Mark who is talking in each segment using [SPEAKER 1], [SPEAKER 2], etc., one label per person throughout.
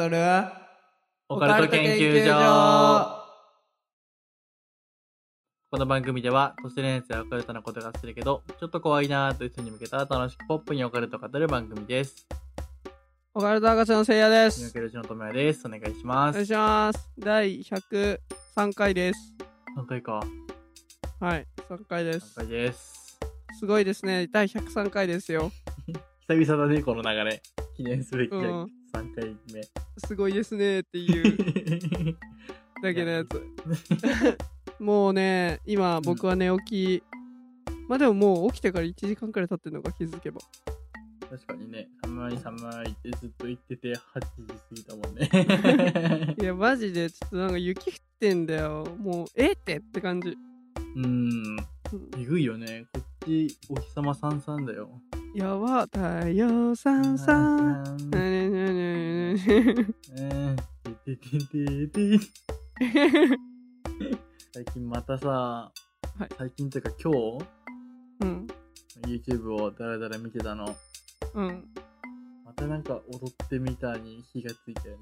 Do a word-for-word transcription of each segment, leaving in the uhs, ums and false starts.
[SPEAKER 1] とる
[SPEAKER 2] オカルト研究所。この番組では都市伝説やオカルトなことがするけどちょっと怖いなーという人に向けた楽しくポップにオカルトを語る番組です。
[SPEAKER 1] オカルト博士のせいやです。
[SPEAKER 2] ニューケルチのともやです。お願いします。
[SPEAKER 1] お願いします。だいひゃくさんかいです。
[SPEAKER 2] さんかいか。
[SPEAKER 1] はい、さんかいです。
[SPEAKER 2] さんかいです。
[SPEAKER 1] すごいですね。だいひゃくさんかいですよ。
[SPEAKER 2] 久々だね、この流れ。記念すべき
[SPEAKER 1] うん
[SPEAKER 2] さんかいめ。
[SPEAKER 1] すごいですねっていうだけのやつ。もうね、今僕は寝起き、うん、まあでももう起きてからいちじかんくらい経ってるのが気づけば。
[SPEAKER 2] 確かにね、寒い寒いってずっと言っててはちじ過ぎたもんね。
[SPEAKER 1] いやマジでちょっとなんか雪降ってんだよ。もうえってって感じ。
[SPEAKER 2] うーん、えぐいよね。こっちお日様さんさんだよ。
[SPEAKER 1] やば、太陽さんさん。ねねねねね。
[SPEAKER 2] ててててて。最近またさ、はい、最近というか今日、うん、YouTube をだらだら見てたの。うん。またなんか踊ってみたに火がついたよね。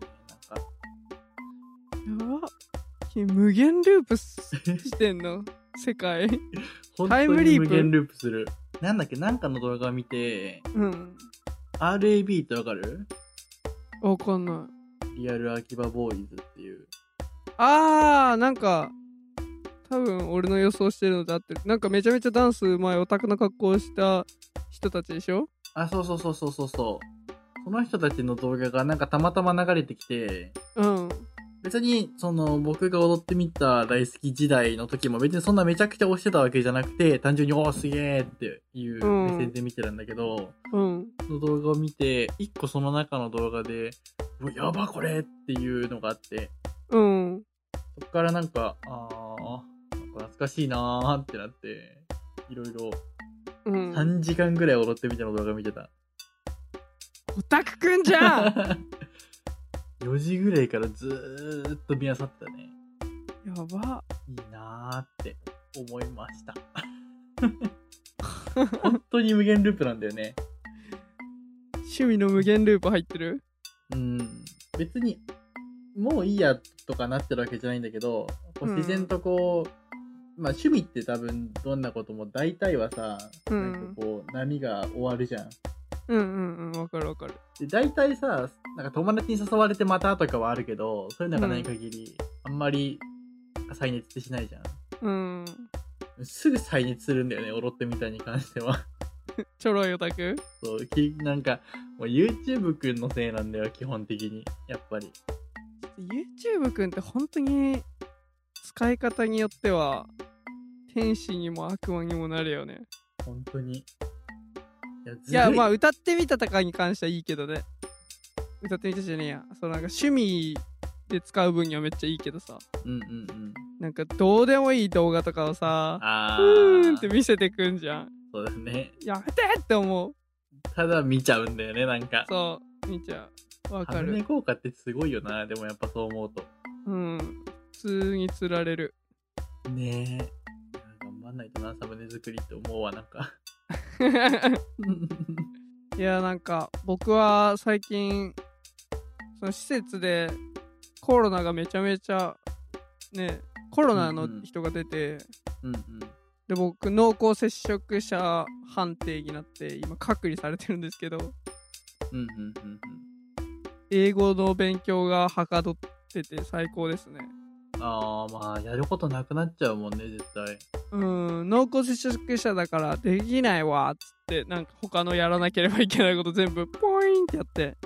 [SPEAKER 1] なんか。やば。無限ループしてんの世界。
[SPEAKER 2] タイムリープ。無限ループする。なんだっけ、なんかの動画を見て、うん。アールエービー ってわかる？
[SPEAKER 1] わかんない。
[SPEAKER 2] リアル秋葉ボーイズっていう。
[SPEAKER 1] あー、なんか、多分俺の予想してるので合ってる。なんかめちゃめちゃダンスうまいオタクの格好をした人たちでしょ？
[SPEAKER 2] あ、そうそうそうそうそうそう。その人たちの動画がなんかたまたま流れてきて、うん。別にその僕が踊ってみた大好き時代の時も別にそんなめちゃくちゃ推してたわけじゃなくて、単純におーすげーっていう目線で見てたんだけど、うん。その動画を見て、一個その中の動画で、うわやばこれっていうのがあって、うん。そっからなんか、あー、なんか懐かしいなーってなって、いろいろ、さんじかんぐらい踊ってみたの動画見てた。
[SPEAKER 1] オタクくんじゃん
[SPEAKER 2] よじぐらいからずーっと見漁ってたね。
[SPEAKER 1] やば。
[SPEAKER 2] いいなーって思いました。本当に無限ループなんだよね。
[SPEAKER 1] 趣味の無限ループ入ってる？
[SPEAKER 2] うん。別に、もういいやとかなってるわけじゃないんだけど、こう自然とこう、うん、まあ趣味って多分どんなことも大体はさ、うん、なんかこう波が終わるじゃん。
[SPEAKER 1] うんうんうん、わかるわかる。
[SPEAKER 2] で、大体さ、なんか友達に誘われてまたとかはあるけど、そういうのがない限り、うん、あんまり再熱ってしないじゃん。うん。すぐ再熱するんだよね、踊ってみたに関しては。
[SPEAKER 1] ちょろいオタク？
[SPEAKER 2] そう、きなんか、もう YouTube くんのせいなんだよ、基本的に。やっぱり。
[SPEAKER 1] YouTube くんって本当に使い方によっては、天使にも悪魔にもなるよね。
[SPEAKER 2] 本当に。
[SPEAKER 1] いや、いやまあ歌ってみたとかに関してはいいけどね。歌ってみたじゃねえや。そうなんか趣味で使う分にはめっちゃいいけどさ。うんうんうん。なんかどうでもいい動画とかをさ、あーうーんって見せてくんじゃん。
[SPEAKER 2] そうだね。
[SPEAKER 1] やめてって思う。
[SPEAKER 2] ただ見ちゃうんだよね、なんか。
[SPEAKER 1] そう、見ちゃう。わかる。
[SPEAKER 2] サムネ効果ってすごいよな、でもやっぱそう思うと。
[SPEAKER 1] うん。普通に釣られる。
[SPEAKER 2] ねえ。頑張んないとな、サムネ作りって思うわ、なんか。
[SPEAKER 1] いやなんか僕は最近その施設でコロナがめちゃめちゃねコロナの人が出て、うんうん、で僕濃厚接触者判定になって今隔離されてるんですけど、うんうんうんうん、英語の勉強がはかどってて最高ですね。
[SPEAKER 2] ああ、まあやることなくなっちゃうもんね、絶対。
[SPEAKER 1] うん、濃厚接触者だからできないわっつってなんか他のやらなければいけないこと全部ポインってやって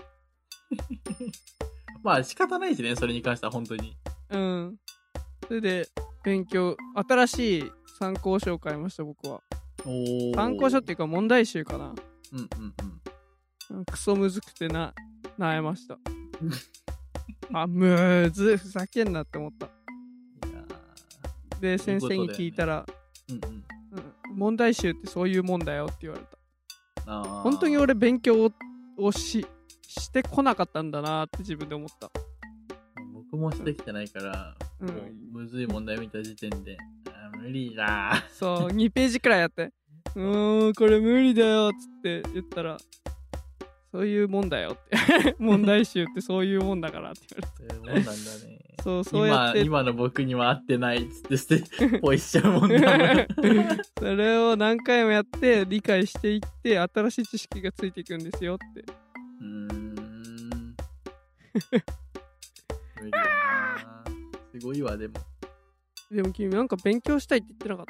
[SPEAKER 2] まあ仕方ないしね、それに関しては本当に。
[SPEAKER 1] うん。それで勉強、新しい参考書を買いました僕は。お参考書っていうか問題集かな。うんうんうん。クソむずくてな悩ました。あ、むずふざけんなって思った。で先生に聞いたら、いいね、うんうんうん、問題集ってそういうもんだよって言われた。あ本当に俺勉強をししてこなかったんだなって自分で思った。
[SPEAKER 2] 僕もしてきてないから、うん、もうむずい問題見た時点で、あ無理だ
[SPEAKER 1] そうにページくらいやってうーんこれ無理だよっつって言ったらそういうもんだよって問題集ってそういうもんだからって言われて、
[SPEAKER 2] そういうもんなんだね。
[SPEAKER 1] そうそうやって
[SPEAKER 2] 今今の僕には合ってないっつって捨てポイしちゃうもんだ
[SPEAKER 1] それを何回もやって理解していって新しい知識がついていくんですよって。
[SPEAKER 2] うーん無理だな。すごいわ。でも
[SPEAKER 1] でも君なんか勉強したいって言ってなかった？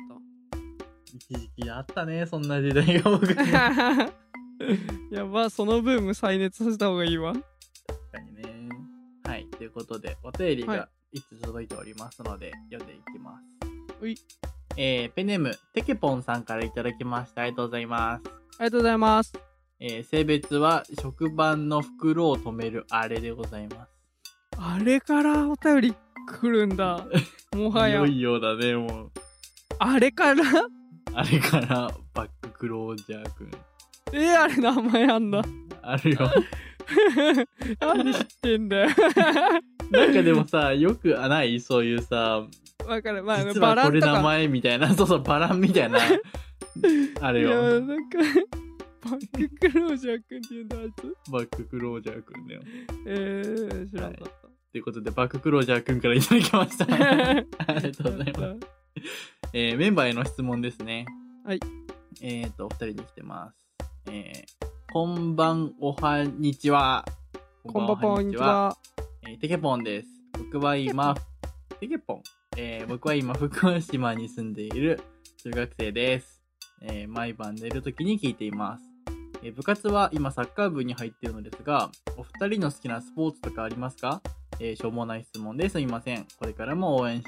[SPEAKER 2] 一時期あったね、そんな時代が僕に
[SPEAKER 1] やば、そのブーム再熱させた方がいいわ。
[SPEAKER 2] 確かにね。はい、ということでお便りがいつ届いておりますので、はい、読んでいきます。
[SPEAKER 1] うい、
[SPEAKER 2] えー、ペンネームテケポンさんからいただきました。ありがとうございます。
[SPEAKER 1] ありがとうございます。
[SPEAKER 2] えー、性別は食パンの袋を止めるあれでございます。
[SPEAKER 1] あれからお便り来るんだ。もはや。
[SPEAKER 2] いよいよだね、もう。
[SPEAKER 1] あれから
[SPEAKER 2] あれからバッククロージャーくん。
[SPEAKER 1] えー、あれ名前あんだ。
[SPEAKER 2] あるよ。
[SPEAKER 1] なんで知ってんだよ。
[SPEAKER 2] なんかでもさ、よくあないそういうさ、
[SPEAKER 1] わかる。まあ、
[SPEAKER 2] 実はこれ名前みたいな、そうそう、バランみたいな。あれよ。
[SPEAKER 1] いや、なんか、バッククロージャーくんって言うんだ、あいつ。
[SPEAKER 2] バッククロージャーくんだよ。
[SPEAKER 1] えー、知らんかった。はい、
[SPEAKER 2] ということで、バッククロージャーくんからいただきました。ありがとうございます。えー、メンバーへの質問ですね。
[SPEAKER 1] はい。
[SPEAKER 2] えーと、お二人に来てます。えー、こんばんおはにちは。
[SPEAKER 1] こんばんこんにちは。
[SPEAKER 2] えー、テケポンです。僕は今、テケポン。えー、僕は今、福島に住んでいる中学生です。えー、毎晩寝るときに聞いています。えー、部活は今サッカー部に入っているのですが、お二人の好きなスポーツとかありますか？えー、しょうもない質問ですみません。これからも応援して、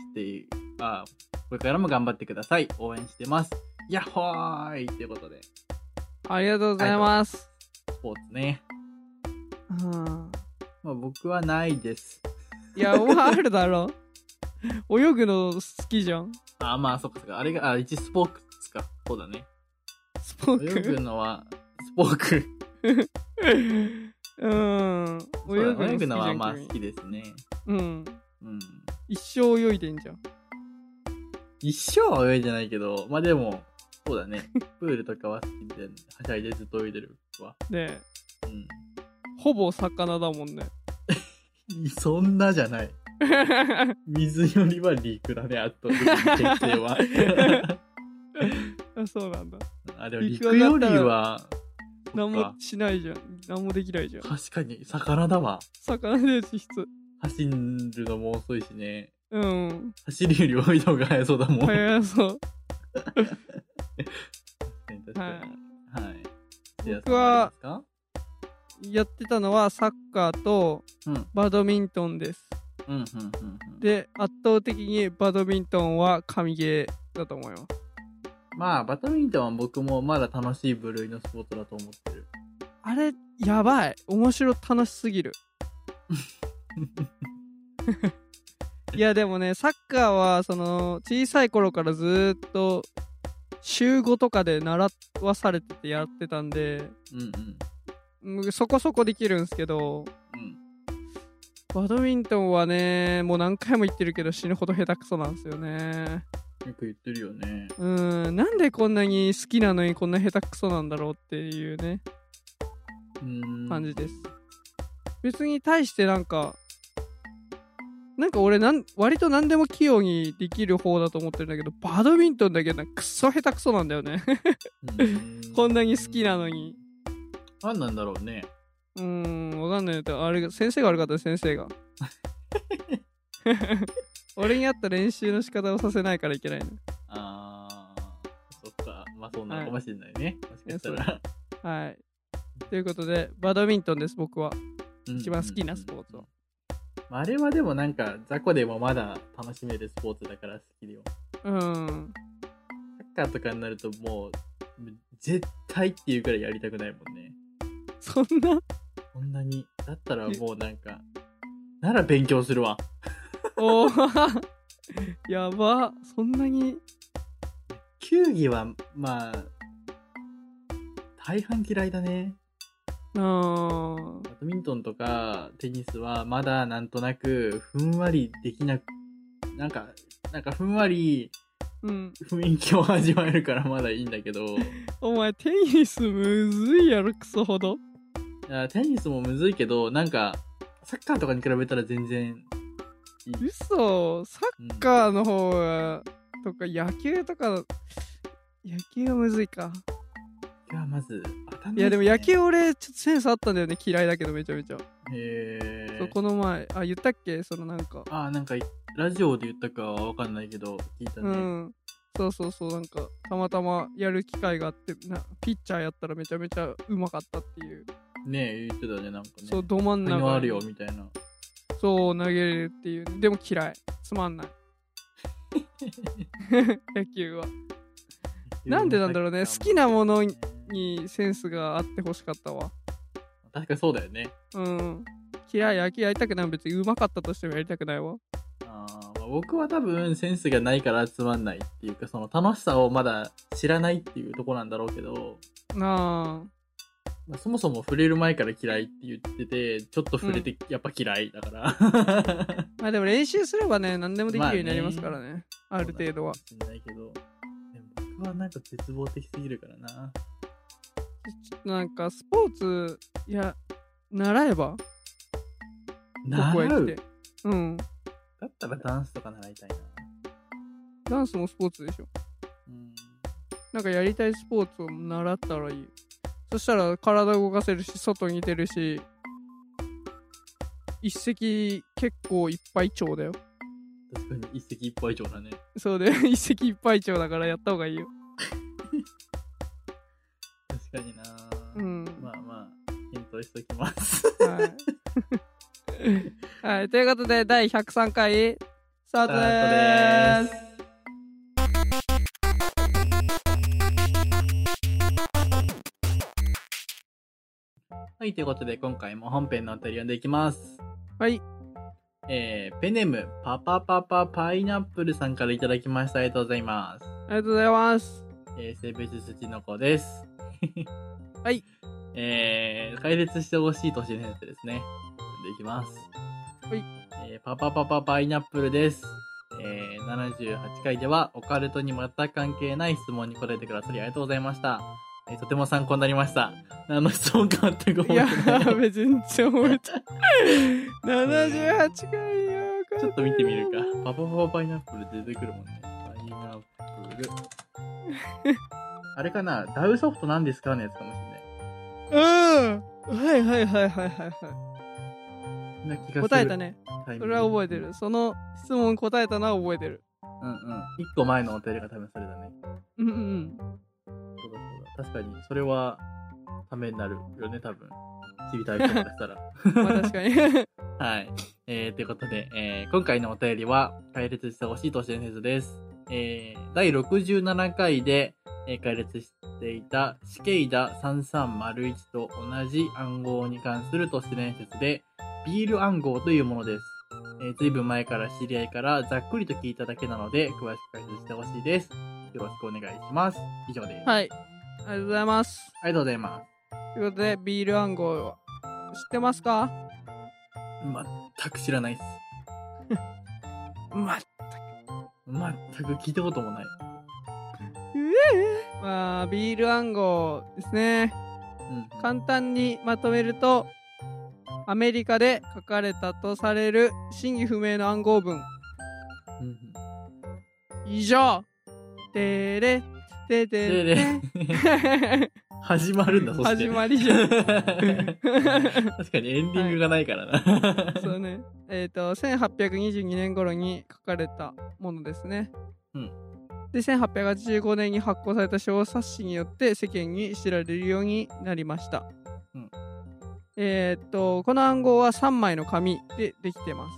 [SPEAKER 2] あ、これからも頑張ってください。応援してます。やっほーいということで。
[SPEAKER 1] ありがとうございます。
[SPEAKER 2] スポーツね。
[SPEAKER 1] うん。
[SPEAKER 2] まあ僕はないです。
[SPEAKER 1] いや、お前あるだろ。泳ぐの好きじゃん。
[SPEAKER 2] あ、まあそっかそっか。あれが、あ、一スポーツか。そうだね。
[SPEAKER 1] スポーク。
[SPEAKER 2] 泳ぐのは、スポーク。
[SPEAKER 1] うん。
[SPEAKER 2] 泳ぐ泳ぐのはまあ好きですね。
[SPEAKER 1] うん。うん。一生泳いでんじゃん。
[SPEAKER 2] 一生は泳いでないけど、まあでも、そうだね。プールとかは好きで、はしゃいでずっと泳いでるわ。
[SPEAKER 1] ねえ。
[SPEAKER 2] うん。
[SPEAKER 1] ほぼ魚だもんね。
[SPEAKER 2] そんなじゃない。水よりは陸だね、圧倒的に適性は。
[SPEAKER 1] あ、そうなんだ。
[SPEAKER 2] あ、でも陸よりは、
[SPEAKER 1] 何もしないじゃん。何もできないじゃん。
[SPEAKER 2] 確かに、魚だわ。
[SPEAKER 1] 魚で実質。走
[SPEAKER 2] るのも遅いしね。
[SPEAKER 1] うん。
[SPEAKER 2] 走るより泳いだ方が早そうだもん。
[SPEAKER 1] 早そう。
[SPEAKER 2] 確かに。はい。はい。
[SPEAKER 1] 僕は、やってたのはサッカーとバドミントンです。
[SPEAKER 2] うんうんうんうん、
[SPEAKER 1] で、圧倒的にバドミントンは神ゲーだと思います。
[SPEAKER 2] まあ、バドミントンは僕もまだ楽しい部類のスポーツだと思ってる。
[SPEAKER 1] あれ、やばい。面白楽しすぎる。いや、でもね、サッカーは、その、小さい頃からずーっと、週ごとかで習わされててやってたんで、うんうん、そこそこできるんですけど、うん、バドミントンはね、もう何回も言ってるけど死ぬほど下手くそなんですよね。
[SPEAKER 2] よく言ってるよね。
[SPEAKER 1] うん、なんでこんなに好きなのにこんな下手くそなんだろうっていうね、うーん感じです。別に対してなんか、なんか俺なん割と何でも器用にできる方だと思ってるんだけど、バドミントンだけなんかクソ下手くそなんだよね。こんなに好きなのに。
[SPEAKER 2] 何なんだろうね。
[SPEAKER 1] うーん、わかんない。あれが先生が悪かった先生が。俺に合った練習の仕方をさせないからいけないの。
[SPEAKER 2] あー、そっか。まあそうなのかもしれないね。はい、もしかしたら。
[SPEAKER 1] はい。ということで、バドミントンです、僕は。一番好きなスポーツは。
[SPEAKER 2] あれはでもなんか、雑魚でもまだ楽しめるスポーツだから好きだよ。
[SPEAKER 1] うん。
[SPEAKER 2] サッカーとかになるともう、絶対っていうくらいやりたくないもんね。
[SPEAKER 1] そんな
[SPEAKER 2] そんなに。だったらもうなんか、なら勉強するわ。
[SPEAKER 1] おーやば。そんなに。
[SPEAKER 2] 球技は、まあ、大半嫌いだね。
[SPEAKER 1] あー。
[SPEAKER 2] バドミントンとかテニスはまだなんとなくふんわりできなく、なんか、なんかふんわり雰囲気を味わえるからまだいいんだけど。
[SPEAKER 1] お前テニスむずいやろ、クソほど。
[SPEAKER 2] いやテニスもむずいけど、なんか、サッカーとかに比べたら全然いい。
[SPEAKER 1] 嘘、サッカーの方が、うん、とか野球とか、野球はむずいか。
[SPEAKER 2] いや、まず、当たんない、ね。
[SPEAKER 1] いや、でも野球俺、ちょっとセンスあったんだよね。嫌いだけど、めちゃめちゃ。
[SPEAKER 2] へー。
[SPEAKER 1] そう、この前、あ、言ったっけそのなんか。
[SPEAKER 2] あ、なんか、ラジオで言ったかはわかんないけど、聞いたね。
[SPEAKER 1] うん。そうそうそう、なんか、たまたまやる機会があって、なピッチャーやったらめちゃめちゃうまかったっていう。
[SPEAKER 2] ねえ、言ってたね、なんかね。
[SPEAKER 1] そう、ど真ん中に。
[SPEAKER 2] 才能あるよ、みたいな。
[SPEAKER 1] そう、投げれるっていう。でも嫌い。つまんない。野球は。なんでなんだろうね。好きなものにセンスがあってほしかったわ。
[SPEAKER 2] 確かにそうだよね。
[SPEAKER 1] うん。嫌い、野球やりたくない。別にうまかったとしてもやりたくないわ。
[SPEAKER 2] あ、まあ、僕は多分センスがないからつまんないっていうか、その楽しさをまだ知らないっていうとこなんだろうけど。
[SPEAKER 1] ああ。
[SPEAKER 2] まあ、そもそも触れる前から嫌いって言ってて、ちょっと触れてやっぱ嫌いだから。うん、
[SPEAKER 1] まあでも練習すればね、何でもできるようになりますからね。まあ、ねある程度は。
[SPEAKER 2] しんないけど。でも僕はなんか絶望的すぎるからな。
[SPEAKER 1] ちょっとなんかスポーツ、いや、習えば
[SPEAKER 2] 習う
[SPEAKER 1] うん。
[SPEAKER 2] だったらダンスとか習いたいな。
[SPEAKER 1] ダンスもスポーツでしょ。うん。なんかやりたいスポーツを習ったらいい。そしたら体動かせるし、外に出るし、一石結構いっぱい鳥だよ。
[SPEAKER 2] 確かに一石いっぱい鳥だね。
[SPEAKER 1] そうで、一石いっぱい鳥だからやった方がいいよ。
[SPEAKER 2] 確かにな。
[SPEAKER 1] うん。
[SPEAKER 2] まあまあ、検討しときます。
[SPEAKER 1] はい。はい、ということでだいひゃくさんかいスタートでーす。
[SPEAKER 2] はい、ということで今回も本編のお便り読んでいきます。
[SPEAKER 1] はい。
[SPEAKER 2] えー、ペネムパパパパパイナップルさんからいただきました。ありがとうございます。
[SPEAKER 1] ありがとうございます。
[SPEAKER 2] えー、性別土の子です。
[SPEAKER 1] はい。
[SPEAKER 2] えー、解説してほしい都市伝説ですね。読んでいきます。
[SPEAKER 1] はい。
[SPEAKER 2] えー、パパパパパイナップルです。えー、ななじゅうはちかいではオカルトに全く関係ない質問に答えてくださりありがとうございました。えー、とても参考になりました。何の質問か全く覚えてない。い
[SPEAKER 1] やー、全然覚えてない。ななじゅうはちかいよ。
[SPEAKER 2] ちょっと見てみるか。パパパパパイナップル出てくるもんね。パイナップル。あれかな、ダウソフトなんですかのやつかもしれない。
[SPEAKER 1] うん。はいはいはいはいはいはい。な気がする。答えたね。それは覚えてる。その質問答えたのは覚えてる。
[SPEAKER 2] うんうん。一個前のお便りが多分それだね。
[SPEAKER 1] うんうん。
[SPEAKER 2] そうだそうだ。確かに、それはためになるよね、多分。知りたい人からしたら。
[SPEAKER 1] まあ確かに。
[SPEAKER 2] はい。えー、ということで、えー、今回のお便りは、解列してほしい都市伝説です。えー、だいろくじゅうななかいで、えー、解列していたシケイダさんさんまるいちと同じ暗号に関する都市伝説で、ビール暗号というものです。えー、ずいぶん前から知り合いからざっくりと聞いただけなので、詳しく解説してほしいです。よろしくお願いします。以上です。
[SPEAKER 1] はい。ありがとうございます。
[SPEAKER 2] ありがとうございます。
[SPEAKER 1] ということで、ビール暗号は知ってますか？
[SPEAKER 2] 全く知らないっす。
[SPEAKER 1] 全く。
[SPEAKER 2] 全く聞いたこともない。
[SPEAKER 1] えー、まあ、ビール暗号ですね。うん、簡単にまとめると、アメリカで書かれたとされる真偽不明の暗号文。うん、以上。てれ、ててれ。
[SPEAKER 2] 始まるんだ、そして。
[SPEAKER 1] 始まりじゃん。確か
[SPEAKER 2] にエンディングがないからな。
[SPEAKER 1] はい、そうね。えっ、ー、と、せんはっぴゃくにじゅうにねん頃に書かれたものですね。うん。で、せんはっぴゃくはちじゅうごねんに発行された小冊子によって世間に知られるようになりました。うん。えっ、ー、と、この暗号はさんまいの紙でできてます。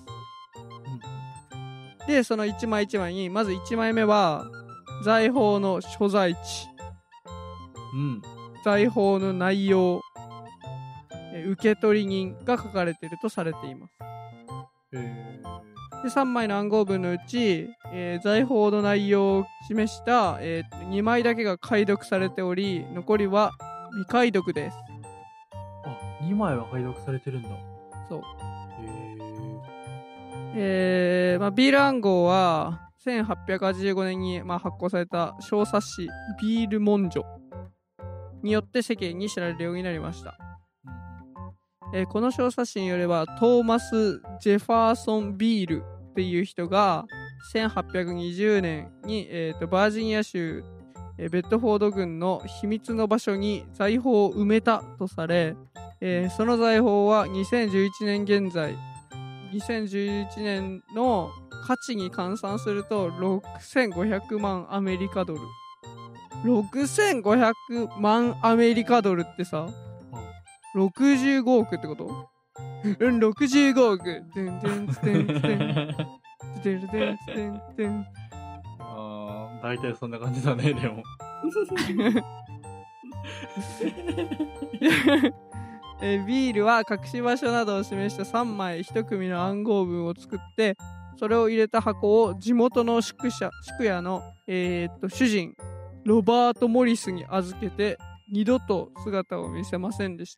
[SPEAKER 1] うん。で、そのいちまいいちまいに、まずいちまいめは、財宝の所在地。うん。財宝の内容、受取人が書かれているとされています。へー。で、さんまいの暗号文のうち、えー、財宝の内容を示した、えー、にまいだけが解読されており、残りは未解読です。
[SPEAKER 2] あ、にまいは解読されてるんだ。
[SPEAKER 1] そう。へー。えー、まあ、ビール暗号はせんはっぴゃくはちじゅうごねんに、まあ、発行された小冊子ビール文書によって世間に知られるようになりました。 えー、この小冊子によればトーマス・ジェファーソン・ビールっていう人がせんはっぴゃくにじゅうねんに、えー、とバージニア州、えー、ベッドフォード郡の秘密の場所に財宝を埋めたとされ、えー、その財宝はにせんじゅういちねん現在にせんじゅういちねんの価値に換算するとろくせんごひゃくまんアメリカドル。ろくせんごひゃくまんアメリカドルってさ、ろくじゅうごおくってこと？うん、ろくじゅうごおく。てんてんてんてんてんてんてんてん。
[SPEAKER 2] ああ、大体そんな感じだね、でも。
[SPEAKER 1] えビールは隠し場所などを示したさんまいいち組の暗号文を作って、それを入れた箱を地元の宿舎宿屋の、えー、っと主人ロバート・モリスに預けて二度と姿を見せませんでした、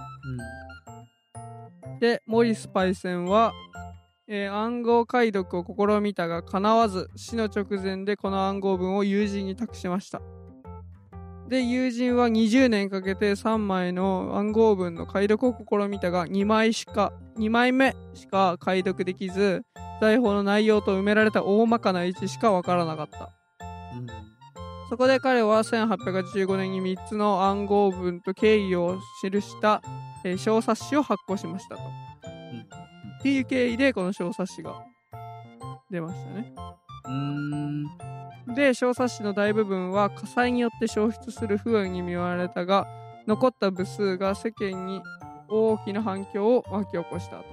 [SPEAKER 1] うん、でモリスパイセンは、えー、暗号解読を試みたが叶わず、死の直前でこの暗号文を友人に託しました。で友人はにじゅうねんかけてさんまいの暗号文の解読を試みたがにまいしかにまいめしか解読できず、財宝の内容と埋められた大まかな位置しかわからなかった、うん、そこで彼はせんはっぴゃくはちじゅうごねんにみっつの暗号文と経緯を記した、えー、小冊子を発行しましたと、うん、っていう経緯でこの小冊子が出ましたね。うーんで小冊子の大部分は火災によって消失する不運に見舞われたが、残った部数が世間に大きな反響を巻き起こしたと、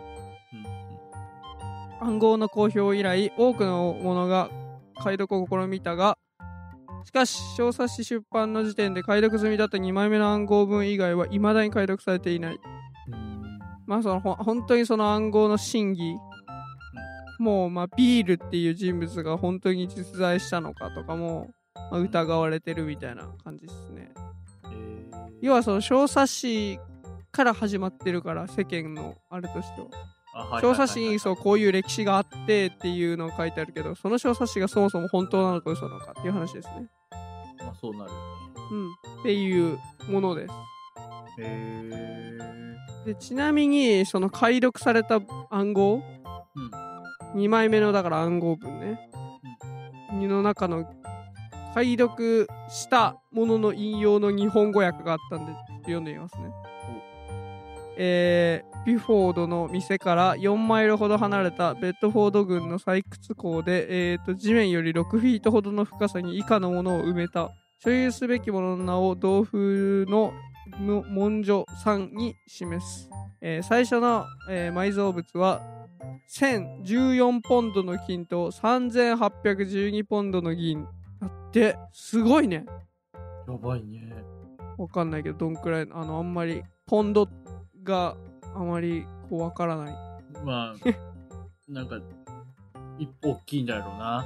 [SPEAKER 1] うん、暗号の公表以来多くの者が解読を試みたが、しかし小冊子出版の時点で解読済みだったにまいめの暗号文以外は未だに解読されていない。まあその本当にその暗号の真偽、もうまあビールっていう人物が本当に実在したのかとかも、まあ、疑われてるみたいな感じですね、えー、要はその小冊子から始まってるから、世間のあれとしては小冊子にそうこういう歴史があってっていうのを書いてあるけど、その小冊子がそもそも本当なのか嘘なのかっていう話ですね。
[SPEAKER 2] まあそうなるよね。
[SPEAKER 1] うんっていうものです。へー。でちなみにその解読された暗号、うんにまいめのだから暗号文ね、うん、の中の解読したものの引用の日本語訳があったんで読んでみますね。えー、ビュフォードの店からよんマイルほど離れたベッドフォード郡の採掘坑で、えー、と地面よりろくフィートほどの深さに以下のものを埋めた。所有すべきものの名を同風の文書さんに示す。えー、最初の、えー、埋蔵物はせんじゅうよんポンドの金とさんぜんはっぴゃくじゅうにポンドの銀だって。すごいね。
[SPEAKER 2] やばいね。
[SPEAKER 1] わかんないけどどんくらい、あのあんまりポンドがあまりこうわからない。
[SPEAKER 2] まあなんか一歩大きいんだろうな。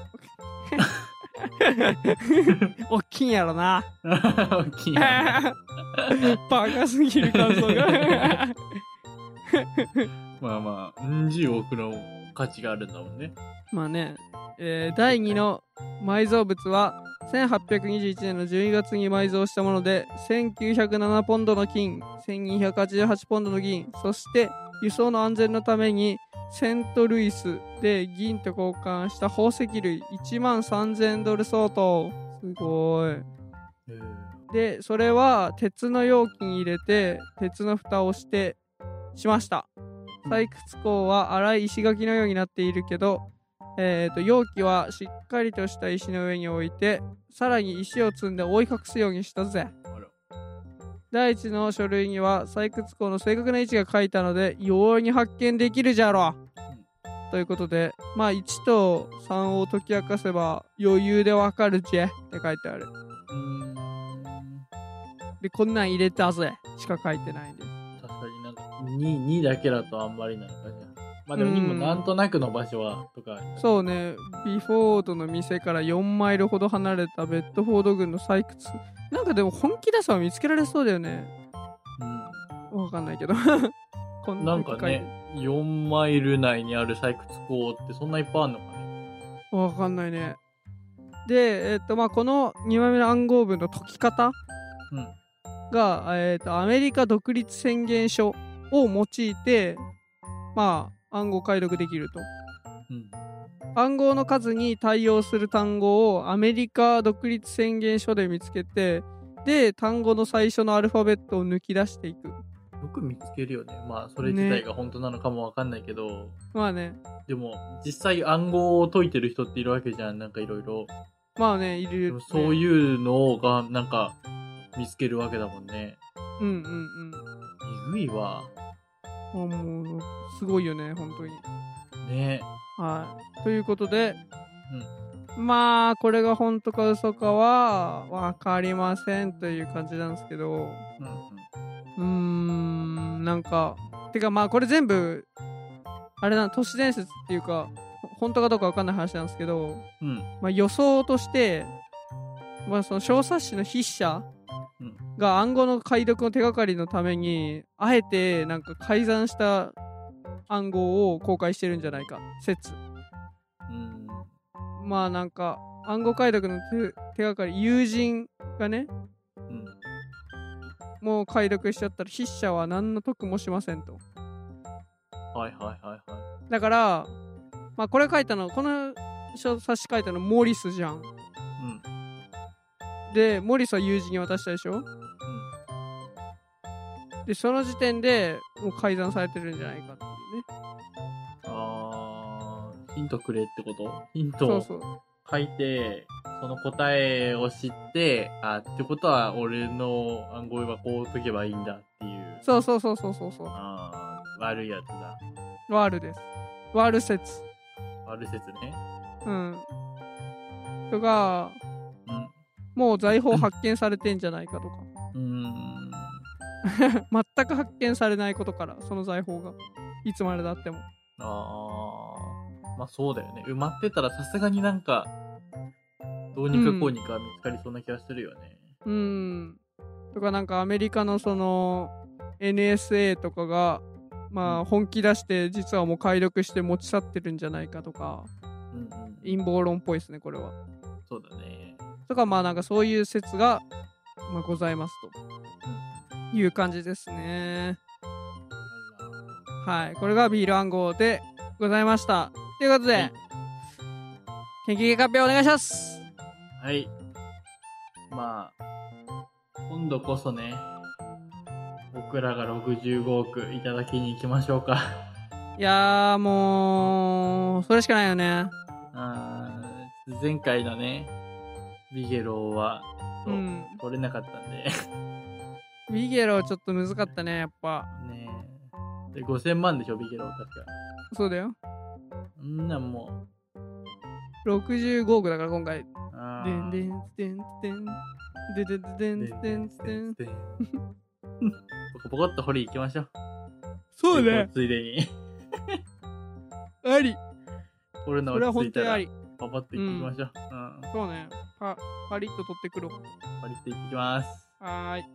[SPEAKER 1] 大きいんやろな。
[SPEAKER 2] 大きいんやろな。
[SPEAKER 1] バカすぎる感想が。
[SPEAKER 2] まあまあ、うん十億の価値があるんだもんね。
[SPEAKER 1] まあね、えー、だいにの埋蔵物はせんはっぴゃくにじゅういちねんのじゅうにがつに埋蔵したもので、せんきゅうひゃくななポンドの金、せんにひゃくはちじゅうはちポンドの銀、そして輸送の安全のためにセントルイスで銀と交換した宝石類いちまんさんぜんドル相当。すごい。で、それは鉄の容器に入れて鉄の蓋をしてしました。採掘坑は粗い石垣のようになっているけど、えーと、容器はしっかりとした石の上に置いて、さらに石を積んで覆い隠すようにしたぜ。第一の書類には採掘坑の正確な位置が書いたので容易に発見できるじゃろ、うん、ということで、まあいちとさんを解き明かせば余裕でわかるぜって書いてある。うーんでこんなん入れたぜしか書いてないんです。
[SPEAKER 2] 確かになんか に, にだけだとあんまりなのかじゃん。まあでもにもなんとなくの場所はとか、
[SPEAKER 1] そうね、ビフォードの店からよんマイルほど離れたベッドフォード郡の採掘、なんかでも本気出せば見つけられそうだよね。うんわかんないけど
[SPEAKER 2] こん な, なんかねよんマイル内にある採掘坑ってそんないっぱいあるのかね。
[SPEAKER 1] わかんないね。で、えー、っとまあこのにまいめの暗号文の解き方、うん、が、えー、とアメリカ独立宣言書を用いて、まあ、暗号解読できると。うん、暗号の数に対応する単語をアメリカ独立宣言書で見つけて、で、単語の最初のアルファベットを抜き出していく。
[SPEAKER 2] よく見つけるよね。まあ、それ自体が本当なのかもわかんないけど。ね、
[SPEAKER 1] まあね。
[SPEAKER 2] でも、実際暗号を解いてる人っているわけじゃん。なんかいろいろ。
[SPEAKER 1] まあね、いる、ね。
[SPEAKER 2] そういうのが、なんか、見つけるわけだもんね。
[SPEAKER 1] うんうんうん。
[SPEAKER 2] えぐいわ。
[SPEAKER 1] もう、すごいよね、本当に。
[SPEAKER 2] ね。
[SPEAKER 1] はい。ということで、うん、まあ、これが本当か嘘かは、わかりませんという感じなんですけど、うん、うーん、なんか、てかまあ、これ全部、あれな、都市伝説っていうか、本当かどうかわかんない話なんですけど、うん、まあ予想として、まあその小冊子の筆者が暗号の解読の手がかりのために、あえてなんか改ざんした暗号を公開してるんじゃないか説。うん、まあなんか暗号解読の 手, 手がかり友人がね、うん、もう解読しちゃったら筆者は何の得もしませんと。
[SPEAKER 2] はいはいはいはい。
[SPEAKER 1] だからまあこれ書いたのこの小冊子書いたのモーリスじゃん。うん。でモーリスは友人に渡したでしょ。うん。でその時点でもう改ざんされてるんじゃないかっていうね。
[SPEAKER 2] あー、ヒントくれってこと？ヒントを書いて、その答えを知って、あ、ってことは俺の暗号はこう解けばいいんだっていう。
[SPEAKER 1] そうそうそうそうそうそう。
[SPEAKER 2] あー、悪いやつだ。
[SPEAKER 1] 悪です。悪説。
[SPEAKER 2] 悪説ね。
[SPEAKER 1] うん。とか、うん、もう財宝発見されてんじゃないかとか。うーん。全く発見されないことから、その財宝が。いつまでだっても。
[SPEAKER 2] あー。まあそうだよね。埋まってたらさすがになんか、どうにかこうにか見つかりそうな気がするよね。
[SPEAKER 1] うん。うん。とかなんかアメリカのその エヌエスエー とかが、まあ本気出して実はもう解読して持ち去ってるんじゃないかとか、うんうん、陰謀論っぽいですねこれは。
[SPEAKER 2] そうだね。
[SPEAKER 1] とかまあなんかそういう説が、まあ、ございますという感じですね。うん、はい、これがビール暗号でございました。ということで、はい、研究結果発表お願いします。
[SPEAKER 2] はい。まあ今度こそね。僕らがろくじゅうごおくいただきに行きましょうか。
[SPEAKER 1] いやーもうそれしかないよね。
[SPEAKER 2] あ前回のねビゲローはそう、うん、取れなかったんで
[SPEAKER 1] ビゲローちょっと難かったねやっぱ
[SPEAKER 2] ねえ。でごせんまんでしょビゲロー確か。
[SPEAKER 1] そうだよ。
[SPEAKER 2] んなんもう
[SPEAKER 1] ろくじゅうごおくだから今回。でんでんでんでんででででんでんでんでん
[SPEAKER 2] ポコポコっと掘り行きましょう。
[SPEAKER 1] そうね。
[SPEAKER 2] ついでに
[SPEAKER 1] あり。
[SPEAKER 2] これの落ち着いたらパパッと行ってきましょう。うん。
[SPEAKER 1] うん、そうね。パパリッと取ってくる。
[SPEAKER 2] パリッと行ってきます。
[SPEAKER 1] はーい。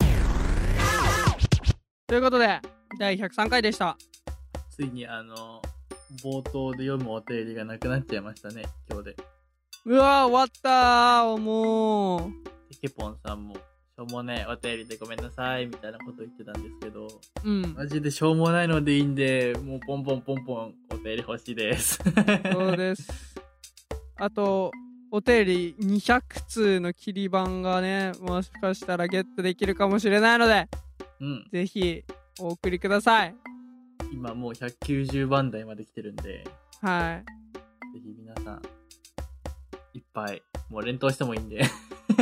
[SPEAKER 1] ということでだいひゃくさんかいでした。
[SPEAKER 2] ついにあの冒頭で読むお便りがなくなっちゃいましたね今日で。
[SPEAKER 1] うわー終わったーもう。
[SPEAKER 2] テケポンさんもしょうもねお便りでごめんなさいみたいなこと言ってたんですけど、うん、マジでしょうもないのでいいんでもうポンポンポンポンお便り欲しいです。
[SPEAKER 1] そうです。あとお便りにひゃくつうの切り板がねもしかしたらゲットできるかもしれないので、うん、ぜひお送りください。
[SPEAKER 2] 今もうひゃくきゅうじゅうばん台まで来てるんで、
[SPEAKER 1] はい
[SPEAKER 2] ぜひ皆さんいっぱいもう連投してもいいんで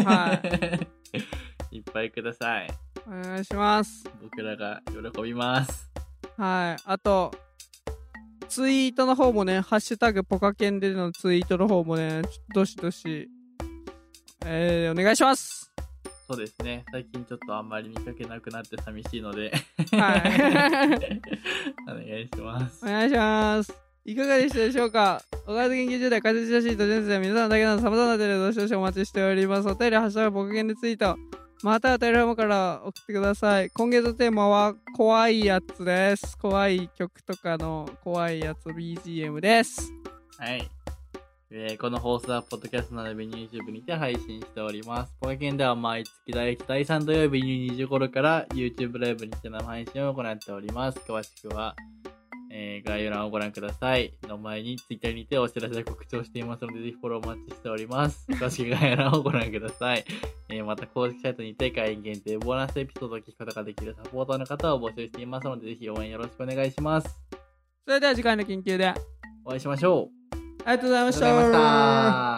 [SPEAKER 2] はいいっぱいください。
[SPEAKER 1] お願いします。
[SPEAKER 2] 僕らが喜びます。
[SPEAKER 1] はい。あとツイートの方もね、ハッシュタグポカケンでのツイートの方もね、どしどし、えー、お願いします。
[SPEAKER 2] そうですね。最近ちょっとあんまり見かけなくなって寂しいので
[SPEAKER 1] はい
[SPEAKER 2] お願いします。
[SPEAKER 1] お願いします。いかがでしたでしょうか。オカルト研究所では解説写真と前世は皆さんだけなど様々なテレビどしどしお待ちしております。お便りハッシュタグポカケンでツイート。またはテレフォームから送ってください。今月のテーマは怖いやつです。怖い曲とかの怖いやつ ビージーエム です。
[SPEAKER 2] はい。 えー、この放送はポッドキャストならびに YouTube にて配信しております。ポカケンでは毎月だいいち、だいさん土曜日ににじ頃から YouTube ライブにて生配信を行っております。詳しくは、えー、概要欄をご覧ください。の前に Twitter にてお知らせや告知をしていますので、ぜひフォローお待ちしております。詳しく概要欄をご覧ください。えー、また公式サイトにて会員限定ボーナスエピソードを聞くことができるサポーターの方を募集していますので、ぜひ応援よろしくお願いします。
[SPEAKER 1] それでは次回の緊急で
[SPEAKER 2] お会いしましょう。
[SPEAKER 1] ありがとうございました。
[SPEAKER 2] ありがとうございました。